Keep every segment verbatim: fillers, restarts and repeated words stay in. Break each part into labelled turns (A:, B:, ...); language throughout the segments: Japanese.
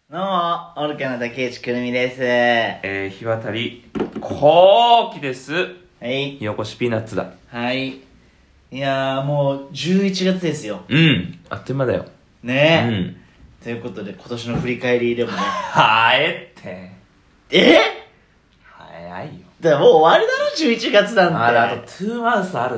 A: どうも、オルカの竹内くるみです。
B: えー、日渡りこうきです。
A: はい。
B: 火起こしピーナッツだ。
A: はい。いやー、もうじゅういちがつですよ。
B: うん。あっという間だよ。
A: ねえ。
B: うん。
A: ということで、今年の振り返りでもね。
B: はえって。
A: え
B: 早いよ。
A: だからもう終わりだろ、じゅういちがつなんて。
B: あれ、あとトゥーマウスあるって。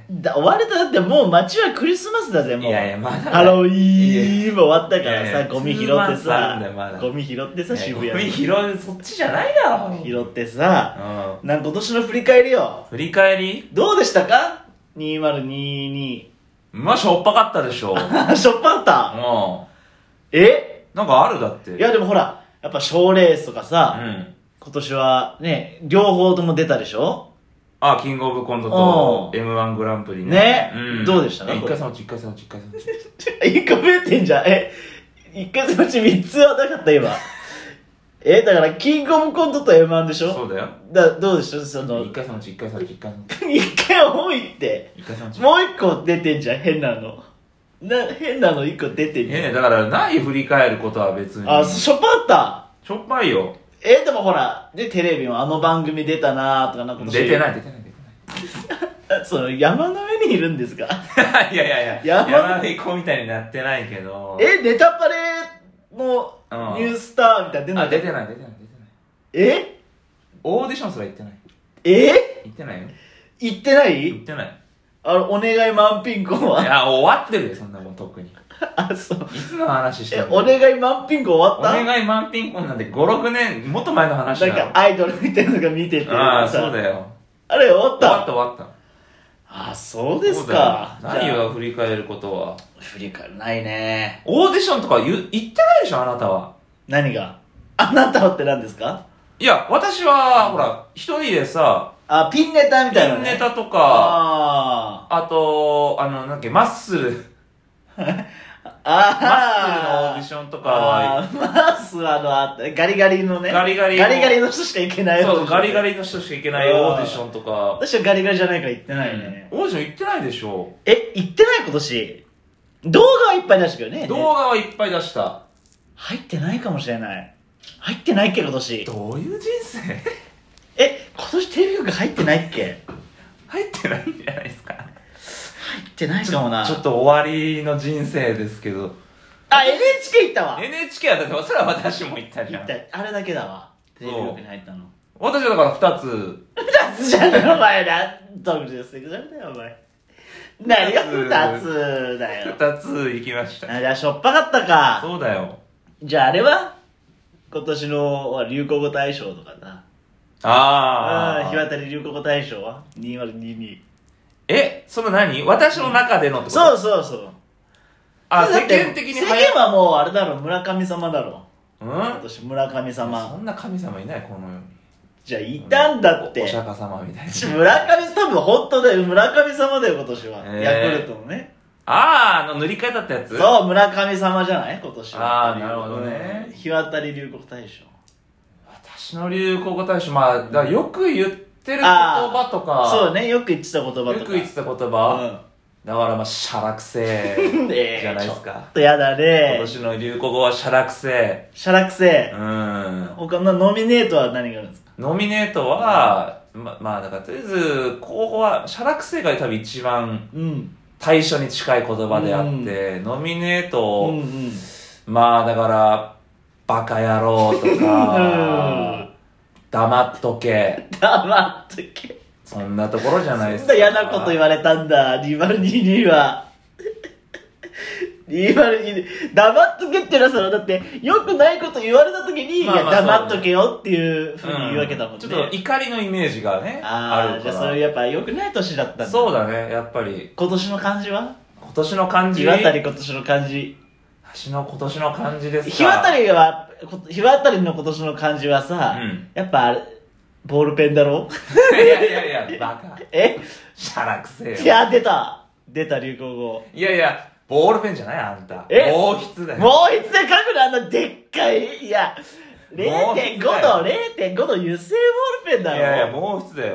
A: だ終わりだって、もう街はクリスマスだぜ、もう。
B: いやいや、まだ。
A: ハロウィーンも終わったからさ、
B: いやいや
A: ゴミ拾って
B: トゥーマウスある
A: さ
B: んだよまだ、
A: ゴミ拾ってさ、渋谷に。
B: ゴミ拾う、そっちじゃないだろ。
A: 拾ってさ、
B: うん。
A: なんか今年の振り返りよ。
B: 振り返り
A: どうでしたか ?にせんにじゅうに。
B: まあ、しょっぱかったでしょ。うん。
A: しょっぱかったえ
B: なんかあるだって。
A: いやでもほら、やっぱ賞レースとか
B: う
A: さ、
B: ん。
A: 今年はね、両方とも出たでしょ
B: あ、キングオブコントと
A: うん
B: エムワン グランプリね。
A: ね
B: うん。
A: どうでしたか
B: 一回戦落ち、一回戦落ち、一回戦落ち。
A: 一個増えてんじゃん。え、一回そのうち三つはなかった今。え、だからキングオブコントと エムワン でしょ
B: そうだよ。
A: だ、どうでしょその、
B: 一回戦落ち、一回戦落ち、一回戦落ち。
A: 一回多いって。
B: 一回戦落ち。
A: もう一個出てんじゃん、変なの。な、変なの一個出てんじゃん。
B: ええね、だからない振り返ることは別に。
A: あ、しょっぱかった
B: しょっぱいよ。
A: え、でもほら、で、テレビもあの番組出たなーとかなんか今年
B: 出てない、出てない、出て
A: その山の上にいるんですか
B: ない。いやいやいや、
A: 山
B: 山で行こうみたいになってないけど。
A: え、ネタパレの
B: うん
A: ニュースターみたいな出ない
B: あ、出てない、出てない、出てない。
A: え
B: オーディションすら行ってない。
A: え
B: 行ってないよ。
A: 言ってな
B: 行
A: い
B: ってない。
A: あの、お願い満品コン
B: い
A: は
B: や、終わってるよ、そんなもん、特に。
A: あ、そう。
B: いつの話して
A: え、
B: んの
A: お願い満品コン終
B: お
A: わった
B: 願い満品婚なんてご、ろくねん、もっと前の話だよ。
A: なんかアイドルみたいなのが見てて。
B: ああ、
A: さ
B: そうだよ。
A: あれ終わった
B: 終わった終わった。
A: あ、そうです
B: そうだ
A: か。
B: よ。何
A: じゃあ
B: よ、振り返ることは。
A: 振り返らないね。
B: オーディションとか言う言ってないでしょ、あなたは。
A: 何があなたはって何ですか
B: いや、私は、ほら、一人でさ、
A: あ、ピンネタみたいな、ね。
B: ピンネタとか、
A: あ
B: あと、あの、なんだっけ、マッスル、
A: あ。
B: マッスルのオー
A: あ
B: ディションとかは、
A: あーマースはあの、あったガリガリのね。
B: ガリガリの
A: ガリガリの人しか行けない。
B: そう、ガリガリの人しか行けないオーディションとか、
A: 私はガリガリじゃないから行ってないね。
B: オーディション行ってないでしょ。
A: え、行ってない今年動画はいっぱい出したけどね。
B: 動画はいっぱい出した。
A: 入ってないかもしれない。入ってないっけ今年。
B: どういう人生
A: え、今年テレビ局入ってないっけ
B: 入ってないんじゃないですか。
A: 入ってないかもな。
B: ちょっと終わりの人生ですけど。
A: あ、エヌエイチケー 行ったわ。
B: エヌエイチケー はだって、それは私も行ったじゃん。
A: 行ったあれだけだわ。テレビ局に入ったの。
B: 私はだから二つ。
A: 二つじゃねえお前な。特殊してくれだよお前。何が二つだよ。
B: 二つ行きました。
A: あ、じゃあしょっぱかったか。
B: そうだよ。
A: じゃああれは今年の流行語大賞とかな。
B: ああ。
A: 日渡り流行語大賞はにせんにじゅうに。
B: え、その何私の中でのってこと。
A: そうそうそう。
B: あ、世
A: だって
B: 間的に
A: 世間はもうあれだろ、村神様だろ。
B: うん
A: 今年村神
B: そ
A: 様。
B: んな神様いない、この世に。
A: じゃあいたんだって。
B: お釈迦様みたいな。
A: 村神多分本当だよ。村神様だよ今年は。
B: えー
A: ヤクルトのね。
B: あー、あの塗り替えたってやつ。
A: そう、村神様じゃない今年は。
B: あーなるほどね
A: うん日渡り流行大賞。
B: 私の流行語大賞、まあ、だからよく言ってる言葉とか。
A: そうね、よく言ってた言葉とか。
B: よく言ってた言葉。だからまあ、シャラクセ
A: うん。ねえ
B: じゃないですか。
A: ちょっとやだ
B: 今
A: ね。
B: 年の流行語はシャラクセ
A: シャラクセ。
B: うん。
A: 他のノミネートは何があるんですか
B: ノミネートは、ま、まあ、だからとりあえず、候補は、シャラクセが多分一番
A: うん。
B: 対象に近い言葉であって、ノミネート、
A: うんうん。
B: まあだから、バカ野郎と
A: う
B: か
A: ん、
B: 黙っとけ、
A: 黙っとけ。
B: そんなところじゃないです
A: そん
B: か。
A: な嫌なこと言われたんだ、にせんにじゅうには。にせんにじゅうに。黙っとけっていうのはその、だって、良くないこと言われた時に、
B: まあまあ
A: いや、黙っとけよっていうふうに言うわけだもんね。
B: ちょっと怒りのイメージがね、あ
A: ああ、
B: るから。
A: じゃあそれやっぱ良くない年だったんだ。
B: そうだね、やっぱり。
A: 今年の漢字は
B: 今年の漢字。
A: 日渡り今年の漢字。
B: 私の今年の漢字ですか。
A: 日渡りは、こ日渡りの今年の漢字はさ、
B: うん
A: やっぱあれ、ボールペンだろ
B: いやいやいや、バカ。
A: え
B: シャラクセよ。
A: いや、出た出た流行語。
B: いやいや、ボールペンじゃないあんた。
A: え
B: 毛筆だよ。
A: もういつで書くのあんなでっかい。いや、れいてんご
B: 毛筆だよ
A: 度、れいてんご度油性ボールペンだろ。
B: いやいや、毛筆だよ。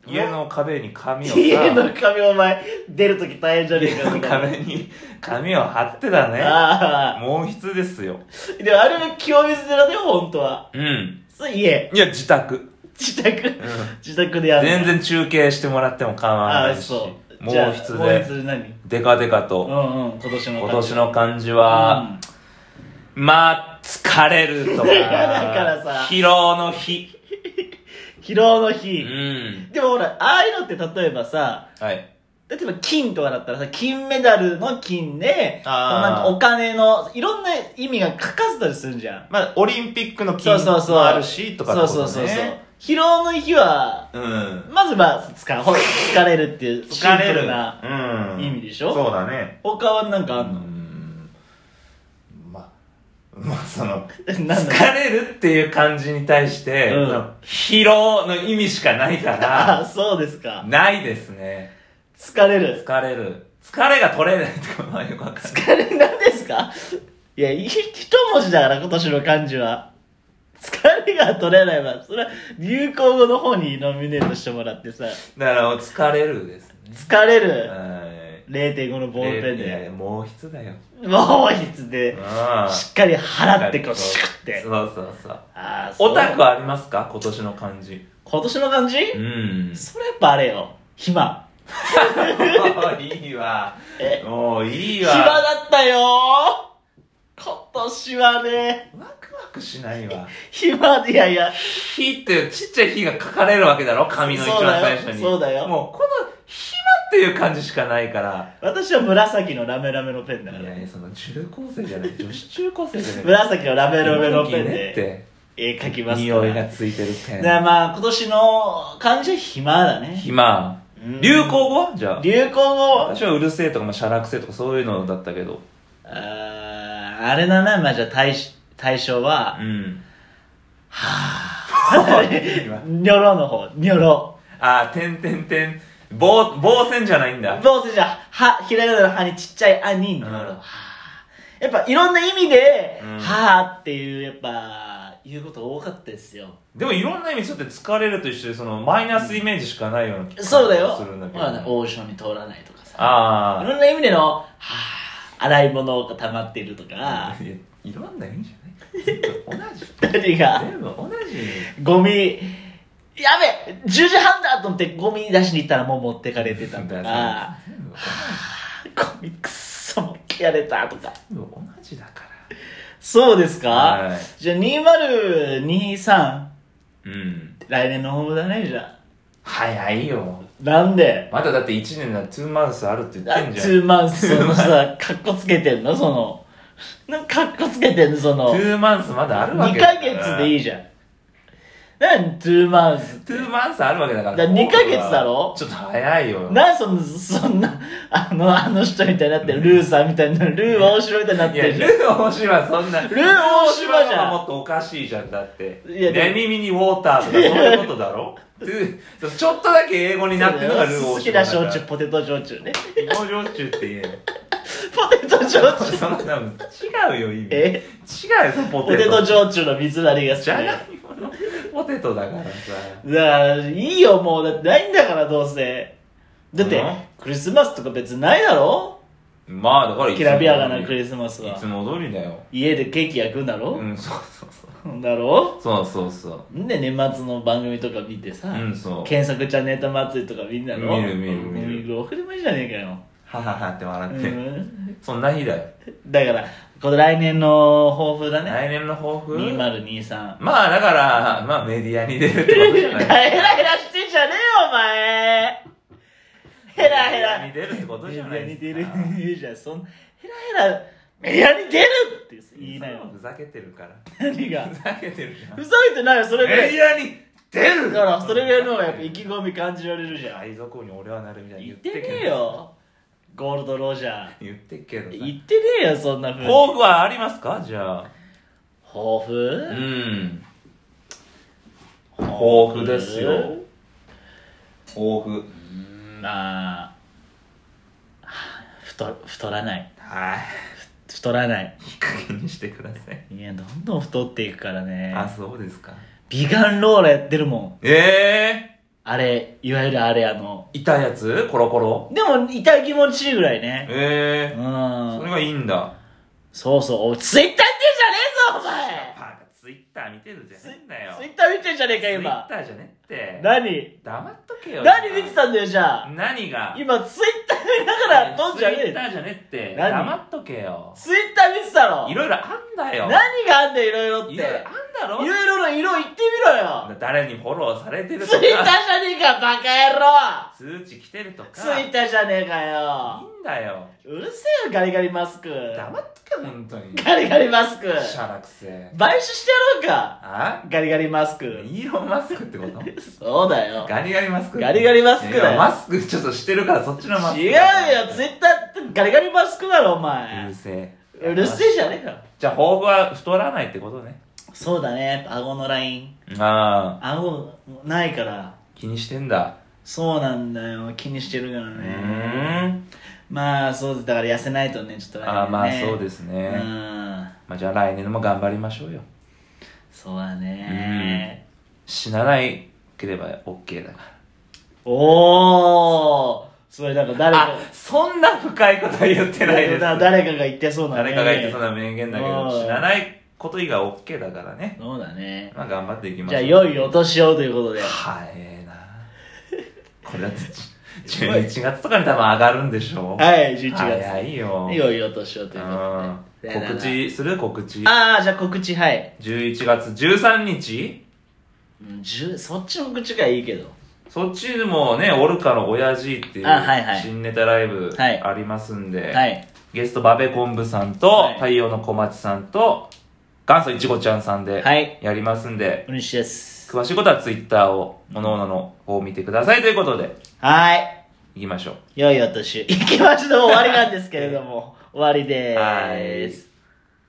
B: 家の壁に紙をさ
A: 家の壁お前出るとき大変じゃねえか
B: 家の壁に紙を貼ってたね。
A: ああ
B: 毛筆ですよ。
A: でもあれは清水寺だよ本当は。
B: うん
A: そう家
B: いや自宅、
A: 自宅、
B: うん、
A: 自宅でやる。
B: 全然中継してもらっても構わないし、
A: あそう
B: 毛筆
A: 毛
B: で
A: 筆何
B: デカデカと、
A: うんうん今年の
B: 今年の漢字は、うん、まあ疲れるとか
A: いやだからさ
B: 疲労の日
A: 疲労の日、
B: うん、
A: でもほらああいうのって例えばさ、
B: はい、
A: 例えば金とかだったらさ金メダルの金で
B: あ
A: なんかお金のいろんな意味が書かせたりするじゃん。
B: まあオリンピックの金
A: そうそうそう
B: もあるしとかってことね。
A: そうそうそうそう疲労の日は、
B: うん、
A: まずまあ疲ほら疲れるっていうシンプルな
B: うん
A: 意味でしょ。
B: そうだね。
A: 他はなんかあんの？
B: うんまあまあその
A: なんだ
B: 疲れるっていう感じに対して、
A: うん
B: その疲労の意味しかないか
A: あ
B: ら
A: そうですか。
B: ないですね。
A: 疲れる
B: 疲れる疲れが取れないとかまあよくわかんない。
A: 疲れなんですか。いやい一文字だから今年の漢字は疲れが取れないわ。それは流行語の方にノミネートしてもらってさ。
B: だから疲れるですね。
A: 疲れる
B: はい
A: れいてんご のボールペンで
B: 毛筆だよ。
A: 毛筆で
B: ああ
A: しっかり払ってこうシュッて。
B: そうそうそう。
A: あそう
B: オタクはありますか今年の漢字。
A: 今年の漢字、
B: うん
A: それやっぱあれよ暇。
B: もういいわ
A: え
B: もういいわ。
A: 暇だったよ今年はね。
B: ワクワクしないわ。
A: 暇でいやいや
B: 火ってちっちゃい火が書かれるわけだろ紙の一番最初に。
A: そうだよそうだよ。
B: もうこの暇っていう感じしかないから。
A: 私は紫のラメラメのペンだから。
B: いやいやその中高生じゃない女子中高生じゃない
A: 紫のラメラメのペン
B: ねっ
A: で
B: て
A: 絵描きますから。
B: 匂いがついてるペン。
A: でまあ今年の漢字は暇だね。
B: 暇。
A: うん
B: 流行語はじゃあ。
A: 流行語
B: 私はうるせえとか、まあ、しゃらくせえとかそういうのだったけど。
A: あーあれだな。まあじゃあ対し対象は、
B: うん
A: はぁニョロの方ニョロ。
B: あーてんてんてん棒棒線じゃないんだ。
A: どうせじゃあはひらがなの「は」にちっちゃい「あ」にニョロ、
B: うん
A: はぁやっぱいろんな意味で「
B: うん
A: はぁっていうやっぱ言うこと多かったですよ。
B: でもいろんな意味そうやって疲れると一緒でそのマイナスイメージしかないような気が
A: そうだよ
B: するんだけど、
A: まあね、オーションに通らないとかさ、
B: あ
A: いろんな意味での「はぁ洗い物が溜まっているとか、
B: あいやいろんな意味じゃない全部同じ
A: 何が
B: 全部同じ
A: ゴミやべじゅうじはんだと思ってゴミ出しに行ったらもう持ってかれてたとか、
B: 全部
A: はぁゴミくっそ持ってやれたとか。
B: 全部同じだから
A: そうですか、
B: はい
A: じゃあにせんにじゅうさん
B: うん
A: 来年の抱負だね。じゃあ
B: 早いよ
A: なんで
B: まだだっていちねんならツーマウスあるって言ってんじゃん。
A: ツーマンスそのさカッコつけてんのそのなんかカッコつけてんのその
B: ツーマンスまだあるわ
A: 2
B: けだから
A: ヶ月でいいじゃん。何ツーマンス
B: ツーマンスあるわけだから
A: だからにかげつだろ。
B: ちょっと早いよ
A: なんそんなそんなあのあの人みたいになってるルーさんみたいなルー大城みたいになっ
B: いや、
A: てるじゃん。
B: ルー大島はそんな、
A: ルー大島じゃん
B: ルー大島はもっとおかしいじゃん、だって。
A: いやでも
B: 寝耳にウォーターとかそういうことだろルーそうちょっとだけ英語になってるのがルー大島
A: 好きな焼酎ポテト焼酎ね。
B: 芋焼酎って言えよ。
A: ポテト焼酎
B: そんな、違うよ、意味。
A: え
B: 違うよ、そのポテト。
A: ポテト焼酎の水なりが好き
B: じゃがい
A: だよ。
B: ものポテトだからさ。
A: だからいいよもうだってないんだからどうせ。だって
B: うん
A: クリスマスとか別にないだろ。
B: まあ、だからいつも
A: きらびやかなクリスマスはい
B: つも通りだよ。
A: 家でケーキ焼くんだろ、
B: うん、そうそうそう。
A: だろ。
B: そうそうそう。
A: んで年末の番組とか見てさ、
B: うんそう
A: 検索ちゃんネタ祭りとか見んだろ。
B: 見る見る見る
A: 見るろくでもいいじゃねえかよ。
B: はははって笑
A: う
B: って。
A: ん、
B: そんな日だよ。
A: だからこの来年の抱負だね。
B: 来年の抱負
A: にせんにじゅうさん。
B: まあだから、まあメディアに出るってことじゃない。
A: ヘラヘラしてんじゃねえよお前。ヘラヘラ
B: メディアに出るってことじゃない
A: メデ
B: ですか。
A: ィアに出る。いいじゃん。そんヘラヘラメディアに出るって言いなよ。
B: ふざけてるから。
A: 何が
B: ふざけてるじゃん。
A: ふざけてないよそれぐらい。
B: メディアに出る
A: だからそれぐらいの方がやっぱ意気込み感じられるじゃん。
B: 海賊王に俺はなるみたいに
A: 言
B: 言ってけど。
A: ってねえよゴールドロジャー。
B: 言ってっけどさ。
A: 言ってねえよそんなふうに。
B: 抱負はありますかじゃあ。
A: 抱負
B: うん。抱負ですよ。抱負。
A: うんまあ太太らない
B: はい。
A: 太らない。
B: いい加減にしてください。
A: いやどんどん太っていくからね。
B: あ、そうですか。
A: ビガンローラやってるもん。
B: ええ
A: あれ、いわゆるあれあの、
B: 痛いやつコロコロ
A: でも痛い気持ちいいぐらいね。
B: ええ
A: う
B: ー、
A: ん。
B: それがいいんだ。
A: そうそう。おいツイッター見てんじゃねえぞ、お前
B: バカ、ツイッター見てるじゃねえんだよ。
A: ツイッター見てんじゃねえか、
B: ツイッ
A: 今。
B: ターじゃねって。
A: 何
B: 黙っとけよ。
A: 何見てたんだよ、じゃあ。
B: 何が
A: 今、ツイッター見ながら撮んじゃねえ
B: ツイッターじゃねって。
A: 何
B: 黙っとけよ。
A: ツイッター見てたろ。
B: いろいろあんだよ。
A: 何があんだよ、いろいろって。
B: いろいろあんだろ
A: いろいろの色言ってみろよ。
B: 誰にフォローされてるとか。
A: ツイッターじゃねえか、バカ野郎。
B: 通知来てるとか。
A: ツイッターじゃねえかよ。
B: いいんだよ。
A: うるせえよ、ガリガリマスク。
B: 黙っとけ、ほんとに。
A: ガリガリマスク。
B: しゃらくせ。
A: 買収してやろうか。
B: あ
A: ガリガリマスク。
B: イーロンマスクってこと
A: そうだよ。
B: ガリガリマスク
A: ガリガリマスクだよ
B: いやマスクちょっとしてるからそっちのマスク。
A: 違うよ、ツイッターってガリガリマスクだろ、お
B: う
A: 前
B: る。せえ。
A: うるせえじゃねえか。
B: じゃあ、抱負は太らないってことね。
A: そうだね、顎のライン。
B: ああ、
A: 顎ないから。
B: 気にしてんだ。
A: そうなんだよ、気にしてるから
B: うー
A: ね。
B: ん。
A: まあ、そうです。だから痩せないとね、ちょっと来年ね。
B: ああ、まあそうですね。
A: うん。
B: まあじゃあ来年も頑張りましょうよ。
A: そうだね。
B: 死なないければ OK だから。
A: おー。それなんか誰か
B: あ、そんな深いことは言ってないです。
A: だ誰かが言ってそうなね。
B: 誰かが言ってそうな名言だけど、
A: うん
B: 死なないこと以外 OK だからね。
A: そうだね。
B: まあ頑張っていきまし
A: じゃあ、
B: ょう。
A: 良いお年をということで。
B: 早えな。これだってじゅういちがつとかに多分上がるんでしょ。
A: はい、じゅういちがつ。
B: 早いよ。
A: 良いお年をということで。
B: うん告知する告知。
A: ああ、じゃあ告知、はい。
B: じゅういちがつじゅうさんにち
A: うんじゅそっちの告知がいいけど。
B: そっちでもね、オルカの親父っていう
A: あはいはい
B: 新ネタライブ
A: はい
B: ありますんで、
A: はい。
B: ゲストバベコンブさんと、
A: はい
B: 太陽の小町さんと、元祖いちごちゃんさんで
A: はい
B: やりますんで、
A: 嬉しいです。
B: 詳しいことはツイッターを、おのおのの方を見てくださいということで、
A: はい。
B: 行きましょう。
A: 良いお年。行きましょう。終わりなんですけれども。終わりでーす。